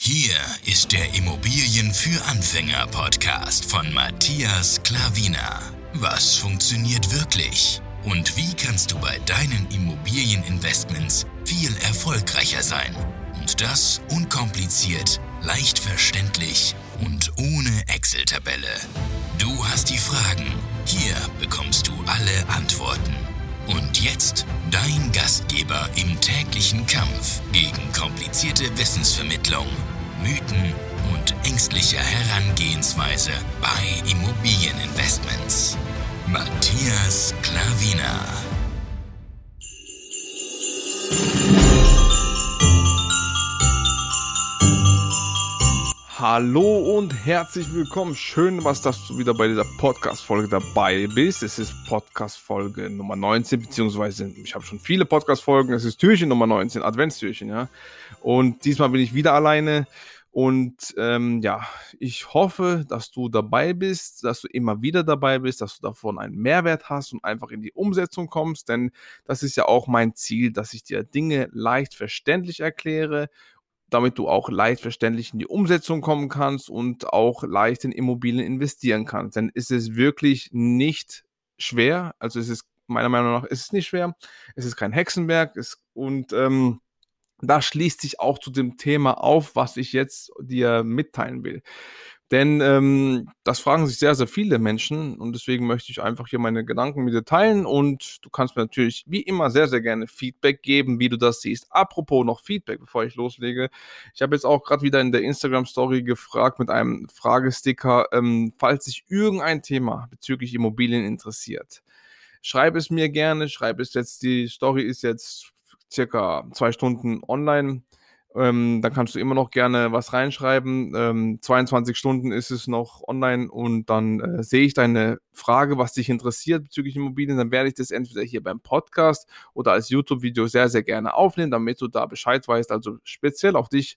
Hier ist der Immobilien für Anfänger Podcast von Matthias Klavina. Was funktioniert wirklich? Und wie kannst du bei deinen Immobilieninvestments viel erfolgreicher sein? Und das unkompliziert, leicht verständlich und ohne Excel-Tabelle. Du hast die Fragen, hier bekommst du alle Antworten. Und jetzt dein Gastgeber im täglichen Kampf gegen komplizierte Wissensvermittlung, Mythen und ängstliche Herangehensweise bei Immobilieninvestments. Matthias Klavina. Hallo und herzlich willkommen. Schön, dass du wieder bei dieser Podcast-Folge dabei bist. Es ist Podcast-Folge Nummer 19, beziehungsweise ich habe schon viele Podcast-Folgen. Es ist Türchen Nummer 19, Adventstürchen, ja. Und diesmal bin ich wieder alleine. Und ich hoffe, dass du dabei bist, dass du immer wieder dabei bist, dass du davon einen Mehrwert hast und einfach in die Umsetzung kommst. Denn das ist ja auch mein Ziel, dass ich dir Dinge leicht verständlich erkläre, damit du auch leicht verständlich in die Umsetzung kommen kannst und auch leicht in Immobilien investieren kannst. Denn es ist wirklich nicht schwer, also es ist meiner Meinung nach ist es nicht schwer, es ist kein Hexenwerk da schließt sich auch zu dem Thema auf, was ich jetzt dir mitteilen will. Denn das fragen sich sehr, sehr viele Menschen und deswegen möchte ich einfach hier meine Gedanken mit dir teilen und du kannst mir natürlich wie immer sehr, sehr gerne Feedback geben, wie du das siehst. Apropos noch Feedback, bevor ich loslege. Ich habe jetzt auch gerade wieder in der Instagram-Story gefragt mit einem Fragesticker, falls sich irgendein Thema bezüglich Immobilien interessiert. Schreib es mir gerne, die Story ist jetzt circa 2 Stunden online. Da kannst du immer noch gerne was reinschreiben. 22 Stunden ist es noch online und dann sehe ich deine Frage, was dich interessiert bezüglich Immobilien. Dann werde ich das entweder hier beim Podcast oder als YouTube-Video sehr, sehr gerne aufnehmen, damit du da Bescheid weißt. Also speziell auf dich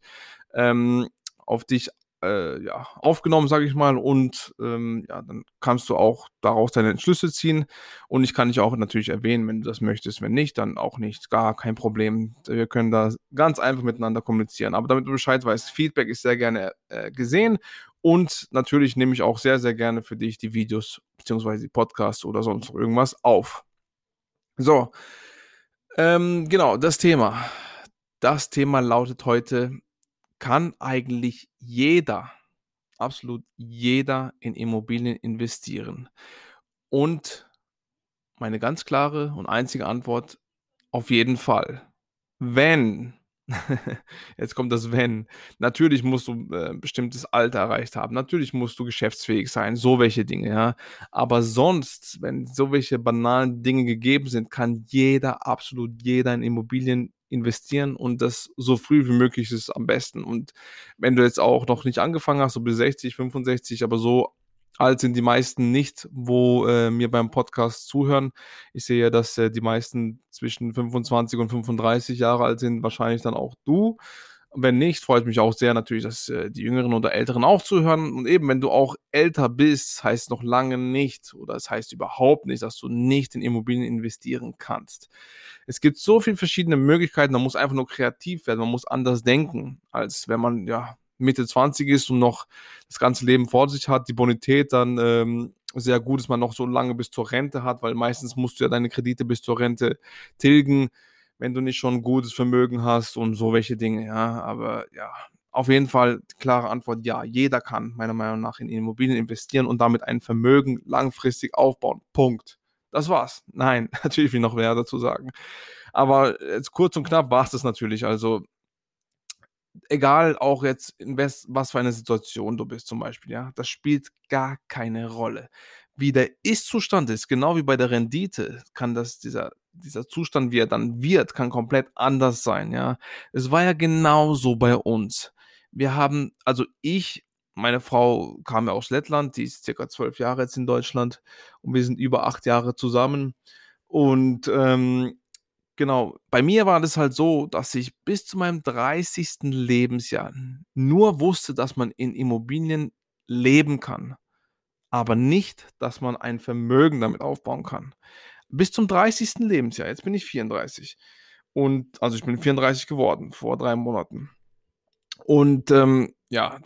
aufgenommen, sage ich mal, und dann kannst du auch daraus deine Entschlüsse ziehen und ich kann dich auch natürlich erwähnen, wenn du das möchtest. Wenn nicht, dann auch nicht, gar kein Problem. Wir können da ganz einfach miteinander kommunizieren, aber damit du Bescheid weißt, Feedback ist sehr gerne gesehen und natürlich nehme ich auch sehr, sehr gerne für dich die Videos beziehungsweise die Podcasts oder sonst irgendwas auf. So, genau, das Thema. Das Thema lautet heute: Kann eigentlich jeder, absolut jeder in Immobilien investieren? Und meine ganz klare und einzige Antwort: Auf jeden Fall. Wenn, jetzt kommt das Wenn. Natürlich musst du ein bestimmtes Alter erreicht haben. Natürlich musst du geschäftsfähig sein, so welche Dinge, ja. Aber sonst, wenn so welche banalen Dinge gegeben sind, kann jeder, absolut jeder in Immobilien investieren und das so früh wie möglich ist am besten. Und wenn du jetzt auch noch nicht angefangen hast, so bis 60, 65, aber so alt sind die meisten nicht, wo mir beim Podcast zuhören. Ich sehe ja, dass die meisten zwischen 25 und 35 Jahre alt sind, wahrscheinlich dann auch du. Wenn nicht, freut mich auch sehr natürlich, dass die Jüngeren oder Älteren auch zuhören. Und eben, wenn du auch älter bist, heißt noch lange nicht oder es heißt überhaupt nicht, dass du nicht in Immobilien investieren kannst. Es gibt so viele verschiedene Möglichkeiten, man muss einfach nur kreativ werden, man muss anders denken, als wenn man Mitte 20 ist und noch das ganze Leben vor sich hat, die Bonität dann sehr gut ist, man noch so lange bis zur Rente hat, weil meistens musst du ja deine Kredite bis zur Rente tilgen, wenn du nicht schon ein gutes Vermögen hast und so welche Dinge, ja. Aber ja, auf jeden Fall klare Antwort: Ja, jeder kann meiner Meinung nach in Immobilien investieren und damit ein Vermögen langfristig aufbauen. Punkt. Das war's. Nein, natürlich will ich noch mehr dazu sagen. Aber jetzt kurz und knapp war es das natürlich. Also egal auch jetzt in was für eine Situation du bist zum Beispiel, ja, das spielt gar keine Rolle. Wie der Ist-Zustand ist, genau wie bei der Rendite, kann dieser Zustand, wie er dann wird, kann komplett anders sein, ja. Es war ja genauso bei uns. Meine Frau kam ja aus Lettland, die ist circa 12 Jahre jetzt in Deutschland und wir sind über 8 Jahre zusammen und genau, bei mir war das halt so, dass ich bis zu meinem 30. Lebensjahr nur wusste, dass man in Immobilien leben kann, aber nicht, dass man ein Vermögen damit aufbauen kann. Bis zum 30. Lebensjahr, jetzt bin ich 34 und also ich bin 34 geworden vor 3 Monaten. Und, ja,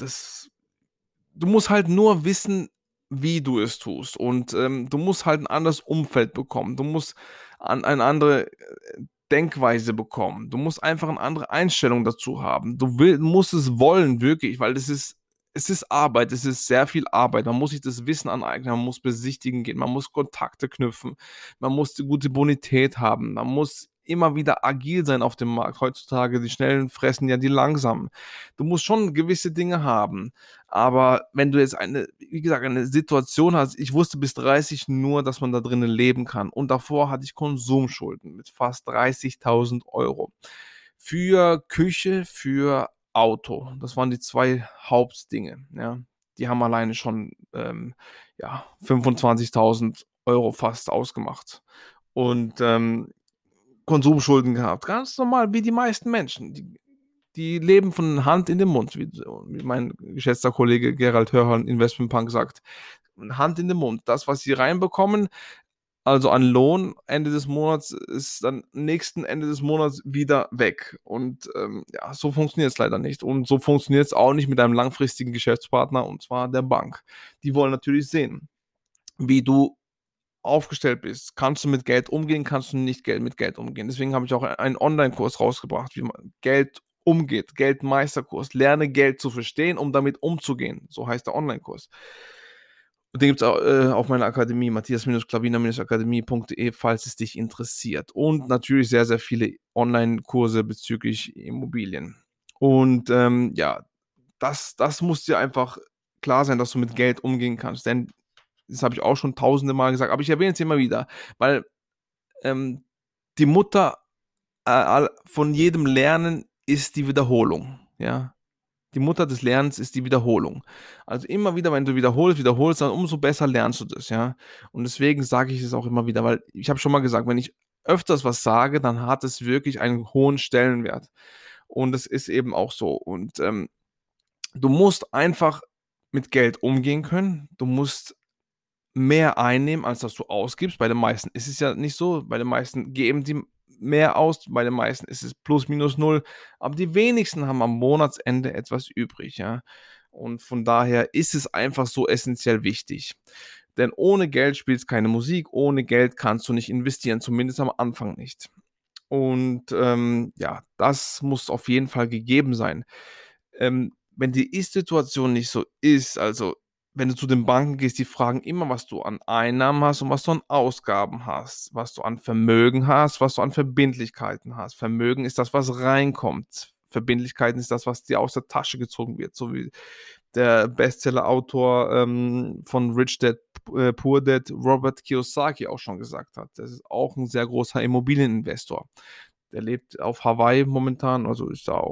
du musst halt nur wissen, wie du es tust und, du musst halt ein anderes Umfeld bekommen. Du musst eine andere, Denkweise bekommen. Du musst einfach eine andere Einstellung dazu haben. Musst es wollen, wirklich, weil es ist Arbeit, es ist sehr viel Arbeit. Man muss sich das Wissen aneignen, man muss besichtigen gehen, man muss Kontakte knüpfen, man muss die gute Bonität haben, man muss immer wieder agil sein auf dem Markt. Heutzutage, die Schnellen fressen ja die Langsamen. Du musst schon gewisse Dinge haben. Aber wenn du jetzt wie gesagt, eine Situation hast, ich wusste bis 30 nur, dass man da drinnen leben kann. Und davor hatte ich Konsumschulden mit fast 30.000 Euro für Küche, für Auto. Das waren die 2 Hauptdinge, ja. Die haben alleine schon, ja, 25.000 Euro fast ausgemacht. Und, Konsumschulden gehabt. Ganz normal wie die meisten Menschen. Die leben von Hand in den Mund, wie mein geschätzter Kollege Gerald Hörhan, Investmentpunk, sagt. Hand in den Mund. Das, was sie reinbekommen, also an Lohn Ende des Monats, ist dann nächsten Ende des Monats wieder weg. Und, ja, so funktioniert es leider nicht. Und so funktioniert es auch nicht mit einem langfristigen Geschäftspartner, und zwar der Bank. Die wollen natürlich sehen, wie du aufgestellt bist. Kannst du mit Geld umgehen, kannst du nicht mit Geld umgehen. Deswegen habe ich auch einen Onlinekurs rausgebracht, wie man Geld umgeht, Geldmeisterkurs. Lerne Geld zu verstehen, um damit umzugehen. So heißt der Onlinekurs. Und den gibt es auch auf meiner Akademie, matthias-klavina-akademie.de, falls es dich interessiert. Und natürlich sehr, sehr viele Online-Kurse bezüglich Immobilien. Und ja, das muss dir einfach klar sein, dass du mit Geld umgehen kannst. Denn das habe ich auch schon tausende Mal gesagt, aber ich erwähne es immer wieder, weil ähm, die Mutter von jedem Lernen ist die Wiederholung. Ja? Die Mutter des Lernens ist die Wiederholung. Also immer wieder, wenn du wiederholst, dann umso besser lernst du das. Ja? Und deswegen sage ich es auch immer wieder, weil ich habe schon mal gesagt, wenn ich öfters was sage, dann hat es wirklich einen hohen Stellenwert. Und das ist eben auch so. Und du musst einfach mit Geld umgehen können. Du musst mehr einnehmen, als dass du ausgibst. Bei den meisten ist es ja nicht so. Bei den meisten geben die mehr aus. Bei den meisten ist es plus minus null. Aber die wenigsten haben am Monatsende etwas übrig, ja. Und von daher ist es einfach so essentiell wichtig. Denn ohne Geld spielst keine Musik. Ohne Geld kannst du nicht investieren, zumindest am Anfang nicht. Und ja, das muss auf jeden Fall gegeben sein. Wenn die Ist-Situation nicht so ist, also wenn du zu den Banken gehst, die fragen immer, was du an Einnahmen hast und was du an Ausgaben hast, was du an Vermögen hast, was du an Verbindlichkeiten hast. Vermögen ist das, was reinkommt. Verbindlichkeiten ist das, was dir aus der Tasche gezogen wird, so wie der Bestseller-Autor von Rich Dad Poor Dad, Robert Kiyosaki, auch schon gesagt hat. Das ist auch ein sehr großer Immobilieninvestor. Der lebt auf Hawaii momentan, also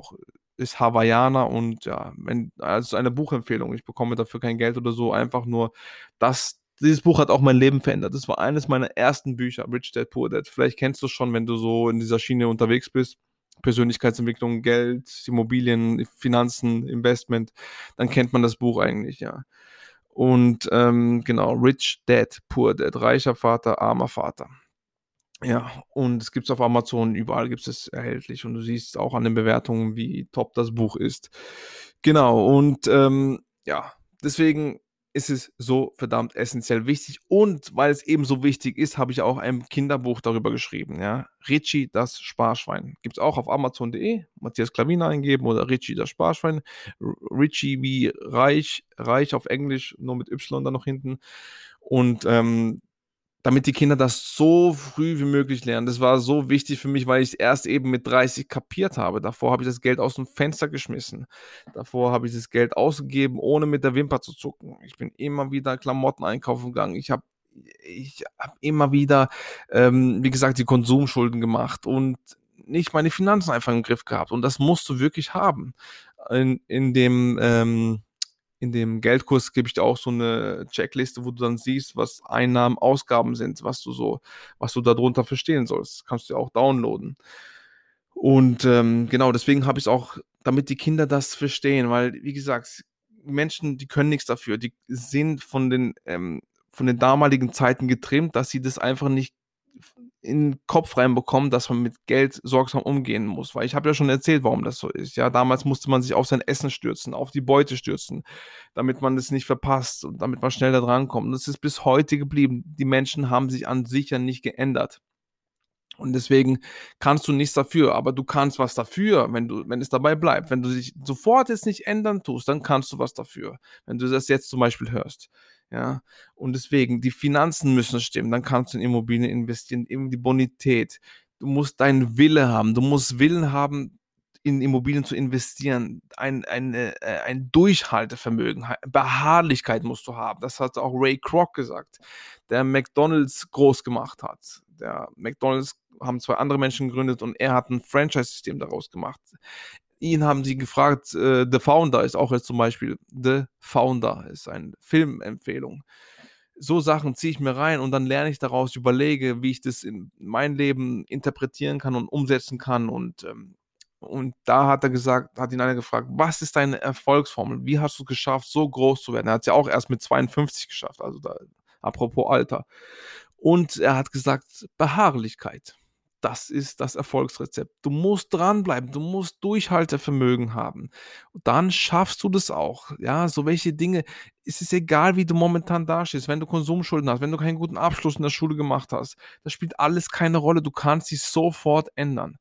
ist Hawaiianer, und ja, also eine Buchempfehlung. Ich bekomme dafür kein Geld oder so, einfach nur, dieses Buch hat auch mein Leben verändert. Das war eines meiner ersten Bücher, Rich Dad Poor Dad. Vielleicht kennst du es schon, wenn du so in dieser Schiene unterwegs bist. Persönlichkeitsentwicklung, Geld, Immobilien, Finanzen, Investment, dann kennt man das Buch eigentlich, ja. Und genau, Rich Dad Poor Dad, reicher Vater, armer Vater. Ja, und es gibt's auf Amazon, überall gibt es erhältlich, und du siehst auch an den Bewertungen, wie top das Buch ist. Genau, und ja, deswegen ist es so verdammt essentiell wichtig, und weil es eben so wichtig ist, habe ich auch ein Kinderbuch darüber geschrieben, ja. Richie, das Sparschwein. Gibt's auch auf Amazon.de, Matthias Klavina eingeben oder Richie, das Sparschwein. Richie wie reich auf Englisch, nur mit Y dann noch hinten. Und damit die Kinder das so früh wie möglich lernen. Das war so wichtig für mich, weil ich es erst eben mit 30 kapiert habe. Davor habe ich das Geld aus dem Fenster geschmissen. Davor habe ich das Geld ausgegeben, ohne mit der Wimper zu zucken. Ich bin immer wieder Klamotten einkaufen gegangen. Ich hab immer wieder, wie gesagt, die Konsumschulden gemacht und nicht meine Finanzen einfach im Griff gehabt. Und das musst du wirklich haben. In dem Geldkurs gebe ich dir auch so eine Checkliste, wo du dann siehst, was Einnahmen, Ausgaben sind, was du darunter verstehen sollst. Das kannst du ja auch downloaden. Und genau, deswegen habe ich es auch, damit die Kinder das verstehen, weil, wie gesagt, Menschen, die können nichts dafür. Die sind von den damaligen Zeiten getrimmt, dass sie das einfach nicht in den Kopf reinbekommen, dass man mit Geld sorgsam umgehen muss. Weil ich habe ja schon erzählt, warum das so ist. Ja, damals musste man sich auf sein Essen stürzen, auf die Beute stürzen, damit man es nicht verpasst und damit man schnell da drankommt. Und das ist bis heute geblieben. Die Menschen haben sich an sich ja nicht geändert. Und deswegen kannst du nichts dafür, aber du kannst was dafür, wenn es dabei bleibt. Wenn du dich sofort jetzt nicht ändern tust, dann kannst du was dafür. Wenn du das jetzt zum Beispiel hörst. Ja, und deswegen, die Finanzen müssen stimmen, dann kannst du in Immobilien investieren, eben die Bonität. Du musst deinen Wille haben, du musst Willen haben, in Immobilien zu investieren, ein Durchhaltevermögen, Beharrlichkeit musst du haben. Das hat auch Ray Kroc gesagt, der McDonald's groß gemacht hat. Der McDonald's haben zwei andere Menschen gegründet und er hat ein Franchise-System daraus gemacht. Ihn haben sie gefragt, The Founder ist auch jetzt zum Beispiel The Founder, ist eine Filmempfehlung. So Sachen ziehe ich mir rein und dann lerne ich daraus, überlege, wie ich das in mein Leben interpretieren kann und umsetzen kann. Und da hat er gesagt, hat ihn einer gefragt, was ist deine Erfolgsformel? Wie hast du es geschafft, so groß zu werden? Er hat es ja auch erst mit 52 geschafft, also da, apropos Alter. Und er hat gesagt, Beharrlichkeit. Das ist das Erfolgsrezept. Du musst dranbleiben, du musst Durchhaltevermögen haben. Und dann schaffst du das auch. Ja, so welche Dinge, es ist egal, wie du momentan dastehst, wenn du Konsumschulden hast, wenn du keinen guten Abschluss in der Schule gemacht hast, das spielt alles keine Rolle. Du kannst dich sofort ändern.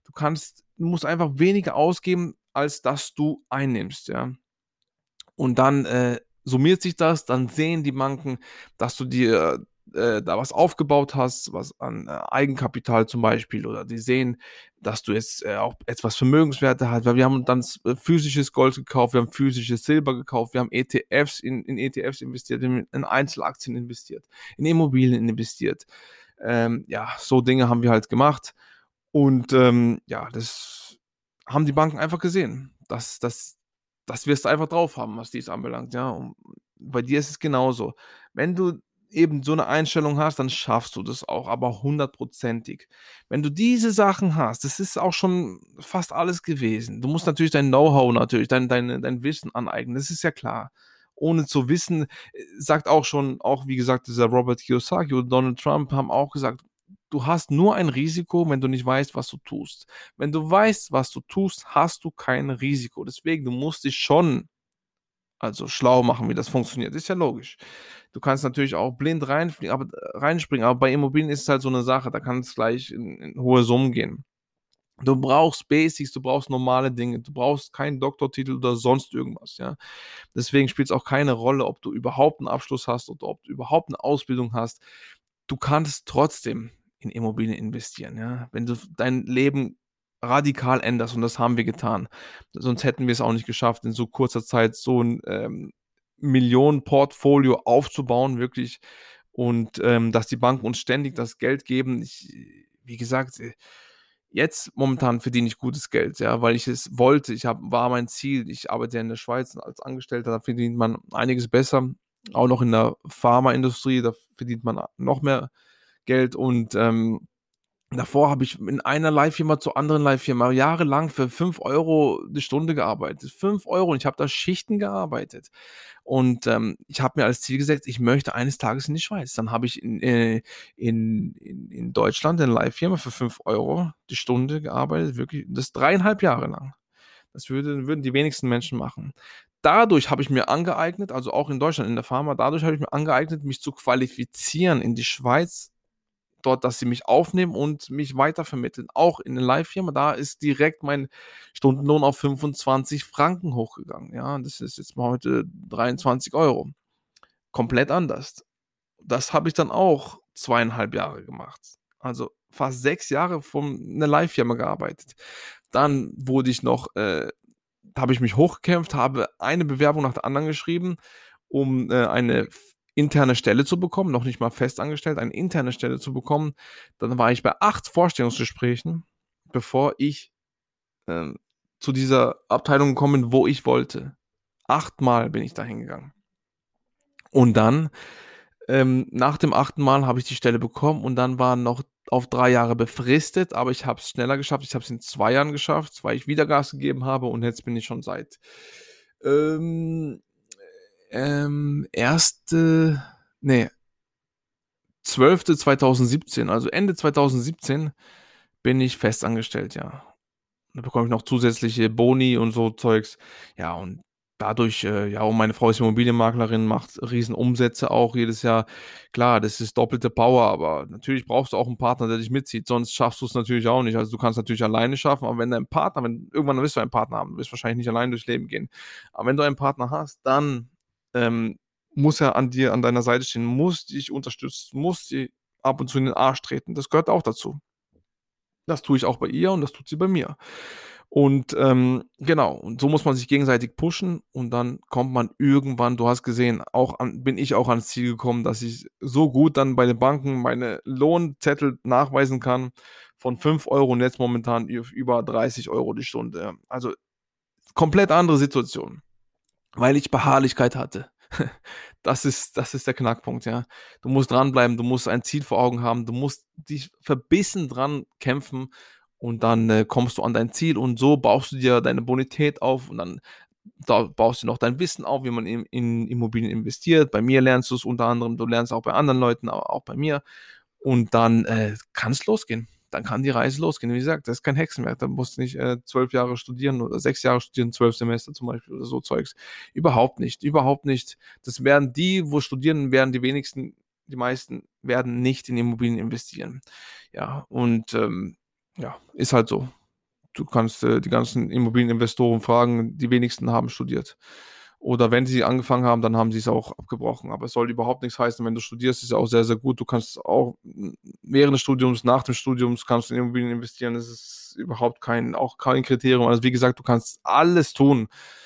Du musst einfach weniger ausgeben, als dass du einnimmst, ja. Und dann summiert sich das, dann sehen die Banken, dass du dir da was aufgebaut hast, was an Eigenkapital zum Beispiel, oder die sehen, dass du jetzt auch etwas Vermögenswerte hast, weil wir haben dann physisches Gold gekauft, wir haben physisches Silber gekauft, wir haben ETFs in ETFs investiert, in Einzelaktien investiert, in Immobilien investiert. Ja, so Dinge haben wir halt gemacht und ja, das haben die Banken einfach gesehen, das wirst du einfach drauf haben, was dies anbelangt, ja. Und bei dir ist es genauso. Wenn du eben so eine Einstellung hast, dann schaffst du das auch, aber hundertprozentig. Wenn du diese Sachen hast, das ist auch schon fast alles gewesen. Du musst natürlich dein Know-how natürlich, dein Wissen aneignen, das ist ja klar. Ohne zu wissen, sagt auch schon, auch wie gesagt, dieser Robert Kiyosaki und Donald Trump haben auch gesagt, du hast nur ein Risiko, wenn du nicht weißt, was du tust. Wenn du weißt, was du tust, hast du kein Risiko. Deswegen, du musst dich schon also schlau machen, wie das funktioniert. Ist ja logisch. Du kannst natürlich auch blind reinspringen, aber bei Immobilien ist es halt so eine Sache, da kann es gleich in hohe Summen gehen. Du brauchst Basics, du brauchst normale Dinge, du brauchst keinen Doktortitel oder sonst irgendwas, ja. Deswegen spielt es auch keine Rolle, ob du überhaupt einen Abschluss hast oder ob du überhaupt eine Ausbildung hast. Du kannst trotzdem in Immobilien investieren, ja. Wenn du dein Leben radikal änderst, und das haben wir getan. Sonst hätten wir es auch nicht geschafft, in so kurzer Zeit so ein Millionenportfolio aufzubauen, wirklich. Und dass die Banken uns ständig das Geld geben. Wie gesagt, jetzt momentan verdiene ich gutes Geld, ja, weil ich es wollte. War mein Ziel. Ich arbeite ja in der Schweiz als Angestellter, da verdient man einiges besser. Auch noch in der Pharmaindustrie, da verdient man noch mehr Geld. Und davor habe ich in einer Leihfirma zur anderen Leihfirma jahrelang für 5 € die Stunde gearbeitet. 5 € und ich habe da Schichten gearbeitet. Und ich habe mir als Ziel gesetzt, ich möchte eines Tages in die Schweiz. Dann habe ich in Deutschland in einer Leihfirma für 5 € die Stunde gearbeitet, wirklich das 3,5 Jahre lang. Das würden die wenigsten Menschen machen. Dadurch habe ich mir angeeignet, also auch in Deutschland in der Pharma, dadurch habe ich mir angeeignet, mich zu qualifizieren in die Schweiz, dort, dass sie mich aufnehmen und mich weitervermitteln. Auch in der Live-Firma, da ist direkt mein Stundenlohn auf 25 Franken hochgegangen. Ja, das ist jetzt mal heute 23 €. Komplett anders. Das habe ich dann auch 2,5 Jahre gemacht. Also fast 6 Jahre von einer Live-Firma gearbeitet. Dann habe ich mich hochgekämpft, habe eine Bewerbung nach der anderen geschrieben, um eine interne Stelle zu bekommen, noch nicht mal festangestellt, eine interne Stelle zu bekommen. Dann war ich bei 8 Vorstellungsgesprächen, bevor ich ähm, zu dieser Abteilung gekommen bin, wo ich wollte. 8 Mal bin ich da hingegangen. Und dann, nach dem 8. Mal habe ich die Stelle bekommen und dann war noch auf 3 Jahre befristet, aber ich habe es schneller geschafft. Ich habe es in 2 Jahren geschafft, weil ich wieder Gas gegeben habe und jetzt bin ich schon seit ähm, erste, nee, 12.2017, also Ende 2017 bin ich festangestellt, ja. Da bekomme ich noch zusätzliche Boni und so Zeugs. Ja, und dadurch, ja, und meine Frau ist Immobilienmaklerin, macht Riesenumsätze auch jedes Jahr. Klar, das ist doppelte Power, aber natürlich brauchst du auch einen Partner, der dich mitzieht, sonst schaffst du es natürlich auch nicht. Also, du kannst natürlich alleine schaffen, aber wenn dein Partner irgendwann wirst du einen Partner haben, du wirst wahrscheinlich nicht allein durchs Leben gehen. Aber wenn du einen Partner hast, dann, ähm, muss er an deiner Seite stehen, muss dich unterstützen, muss dir ab und zu in den Arsch treten. Das gehört auch dazu. Das tue ich auch bei ihr und das tut sie bei mir. Und, genau, und so muss man sich gegenseitig pushen und dann kommt man irgendwann, du hast gesehen, bin ich auch ans Ziel gekommen, dass ich so gut dann bei den Banken meine Lohnzettel nachweisen kann von 5 € und jetzt momentan über 30 € die Stunde. Also, komplett andere Situation. Weil ich Beharrlichkeit hatte. Das ist der Knackpunkt, ja. Du musst dranbleiben, du musst ein Ziel vor Augen haben, du musst dich verbissen dran kämpfen und dann, kommst du an dein Ziel und so baust du dir deine Bonität auf und dann da baust du noch dein Wissen auf, wie man in Immobilien investiert. Bei mir lernst du es unter anderem, du lernst auch bei anderen Leuten, aber auch bei mir. Und dann, kann es losgehen. Dann kann die Reise losgehen. Wie gesagt, das ist kein Hexenwerk. Da musst du nicht 12 Jahre studieren oder 6 Jahre studieren, 12 Semester zum Beispiel oder so Zeugs. Überhaupt nicht, überhaupt nicht. Das werden die, wo studieren, werden die wenigsten, die meisten werden nicht in Immobilien investieren. Ja, und ja, ist halt so. Du kannst die ganzen Immobilieninvestoren fragen, die wenigsten haben studiert. Oder wenn sie angefangen haben, dann haben sie es auch abgebrochen. Aber es soll überhaupt nichts heißen, wenn du studierst, ist ja auch sehr, sehr gut. Du kannst auch während des Studiums, nach dem Studiums kannst du in Immobilien investieren. Das ist überhaupt auch kein Kriterium. Also wie gesagt, du kannst alles tun,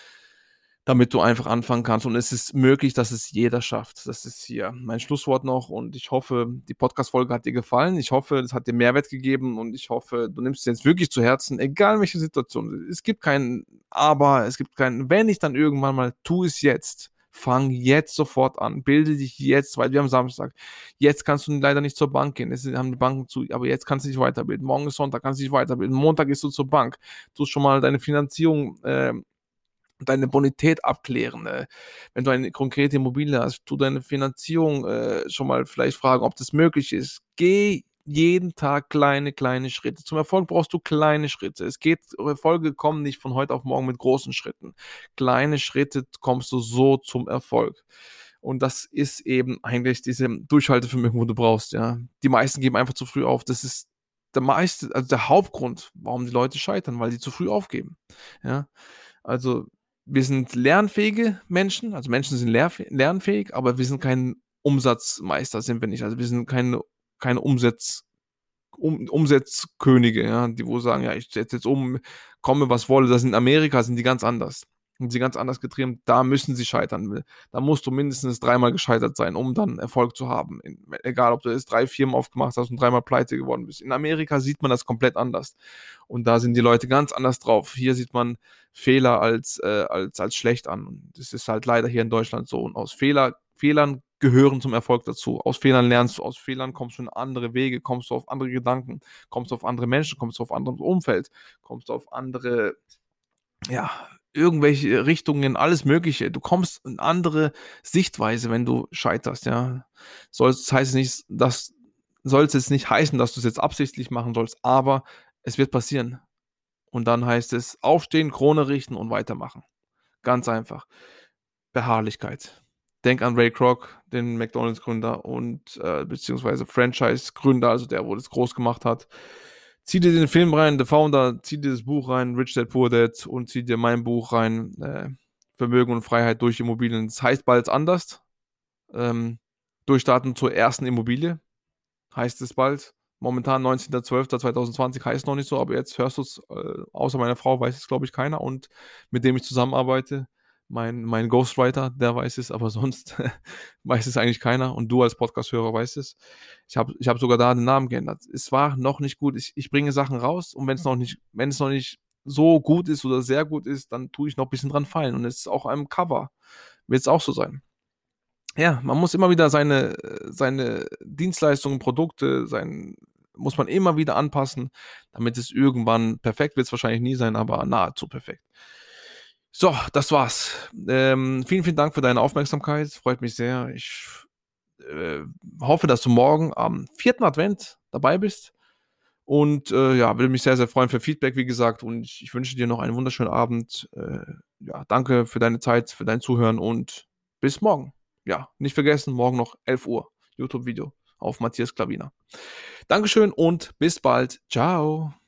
damit du einfach anfangen kannst. Und es ist möglich, dass es jeder schafft. Das ist hier mein Schlusswort noch. Und ich hoffe, die Podcast-Folge hat dir gefallen. Ich hoffe, es hat dir Mehrwert gegeben. Und ich hoffe, du nimmst es jetzt wirklich zu Herzen, egal welche Situation. Es gibt kein Aber, es gibt kein Wenn ich dann irgendwann mal, tu es jetzt. Fang jetzt sofort an. Bilde dich jetzt, weil wir haben Samstag. Jetzt kannst du leider nicht zur Bank gehen. Es haben die Banken zu, aber jetzt kannst du dich weiterbilden. Morgen ist Sonntag, kannst du dich weiterbilden. Montag gehst du zur Bank. Du schon mal deine Finanzierung deine Bonität abklären. Wenn du eine konkrete Immobilie hast, tu deine Finanzierung schon mal vielleicht fragen, ob das möglich ist. Geh jeden Tag kleine Schritte. Zum Erfolg brauchst du kleine Schritte. Erfolge kommen nicht von heute auf morgen mit großen Schritten. Kleine Schritte kommst du so zum Erfolg. Und das ist eben eigentlich diese Durchhaltevermögen, wo du brauchst, ja. Die meisten geben einfach zu früh auf. Das ist also der Hauptgrund, warum die Leute scheitern, weil sie zu früh aufgeben. Ja. Also wir sind lernfähige Menschen, also Menschen sind lernfähig, aber wir sind kein Umsatzmeister, sind wir nicht. Also wir sind keine Umsetzkönige, ja, die wo sagen, ja, ich setze jetzt um, komme was wolle. Das in Amerika sind die ganz anders. Sind sie ganz anders getrieben, da müssen sie scheitern. Da musst du mindestens 3-mal gescheitert sein, um dann Erfolg zu haben. Egal, ob du jetzt 3 Firmen aufgemacht hast und 3-mal pleite geworden bist. In Amerika sieht man das komplett anders. Und da sind die Leute ganz anders drauf. Hier sieht man Fehler als schlecht an. Und das ist halt leider hier in Deutschland so. Und aus Fehlern gehören zum Erfolg dazu. Aus Fehlern lernst du, aus Fehlern kommst du in andere Wege, kommst du auf andere Gedanken, kommst du auf andere Menschen, kommst du auf anderes Umfeld, kommst du auf andere, ja, irgendwelche Richtungen, alles Mögliche. Du kommst in andere Sichtweise, wenn du scheiterst, ja. Soll es jetzt nicht heißen, dass du es jetzt absichtlich machen sollst, aber es wird passieren. Und dann heißt es aufstehen, Krone richten und weitermachen. Ganz einfach. Beharrlichkeit. Denk an Ray Kroc, den McDonalds-Gründer und beziehungsweise Franchise-Gründer, also der, wo das groß gemacht hat. Zieh dir den Film rein, The Founder, zieh dir das Buch rein, Rich Dad Poor Dad und zieh dir mein Buch rein, Vermögen und Freiheit durch Immobilien. Das heißt bald anders. Durchstarten zur ersten Immobilie heißt es bald. Momentan 19.12.2020 heißt noch nicht so, aber jetzt hörst du es, außer meiner Frau weiß es, glaube ich, keiner und mit dem ich zusammenarbeite. Mein Ghostwriter, der weiß es, aber sonst weiß es eigentlich keiner. Und du als Podcast-Hörer weißt es. Ich hab sogar da den Namen geändert. Es war noch nicht gut. Ich bringe Sachen raus und wenn es noch nicht so gut ist oder sehr gut ist, dann tue ich noch ein bisschen dran feilen. Und es ist auch am Cover. Wird es auch so sein. Ja, man muss immer wieder seine Dienstleistungen, Produkte, muss man immer wieder anpassen, damit es irgendwann perfekt wird es wahrscheinlich nie sein, aber nahezu perfekt. So, das war's. Vielen Dank für deine Aufmerksamkeit. Freut mich sehr. Ich hoffe, dass du morgen am 4. Advent dabei bist. Und würde mich sehr, sehr freuen für Feedback, wie gesagt. Und ich wünsche dir noch einen wunderschönen Abend. Danke für deine Zeit, für dein Zuhören und bis morgen. Ja, nicht vergessen, morgen noch 11 Uhr YouTube-Video auf Matthias Klavina. Dankeschön und bis bald. Ciao.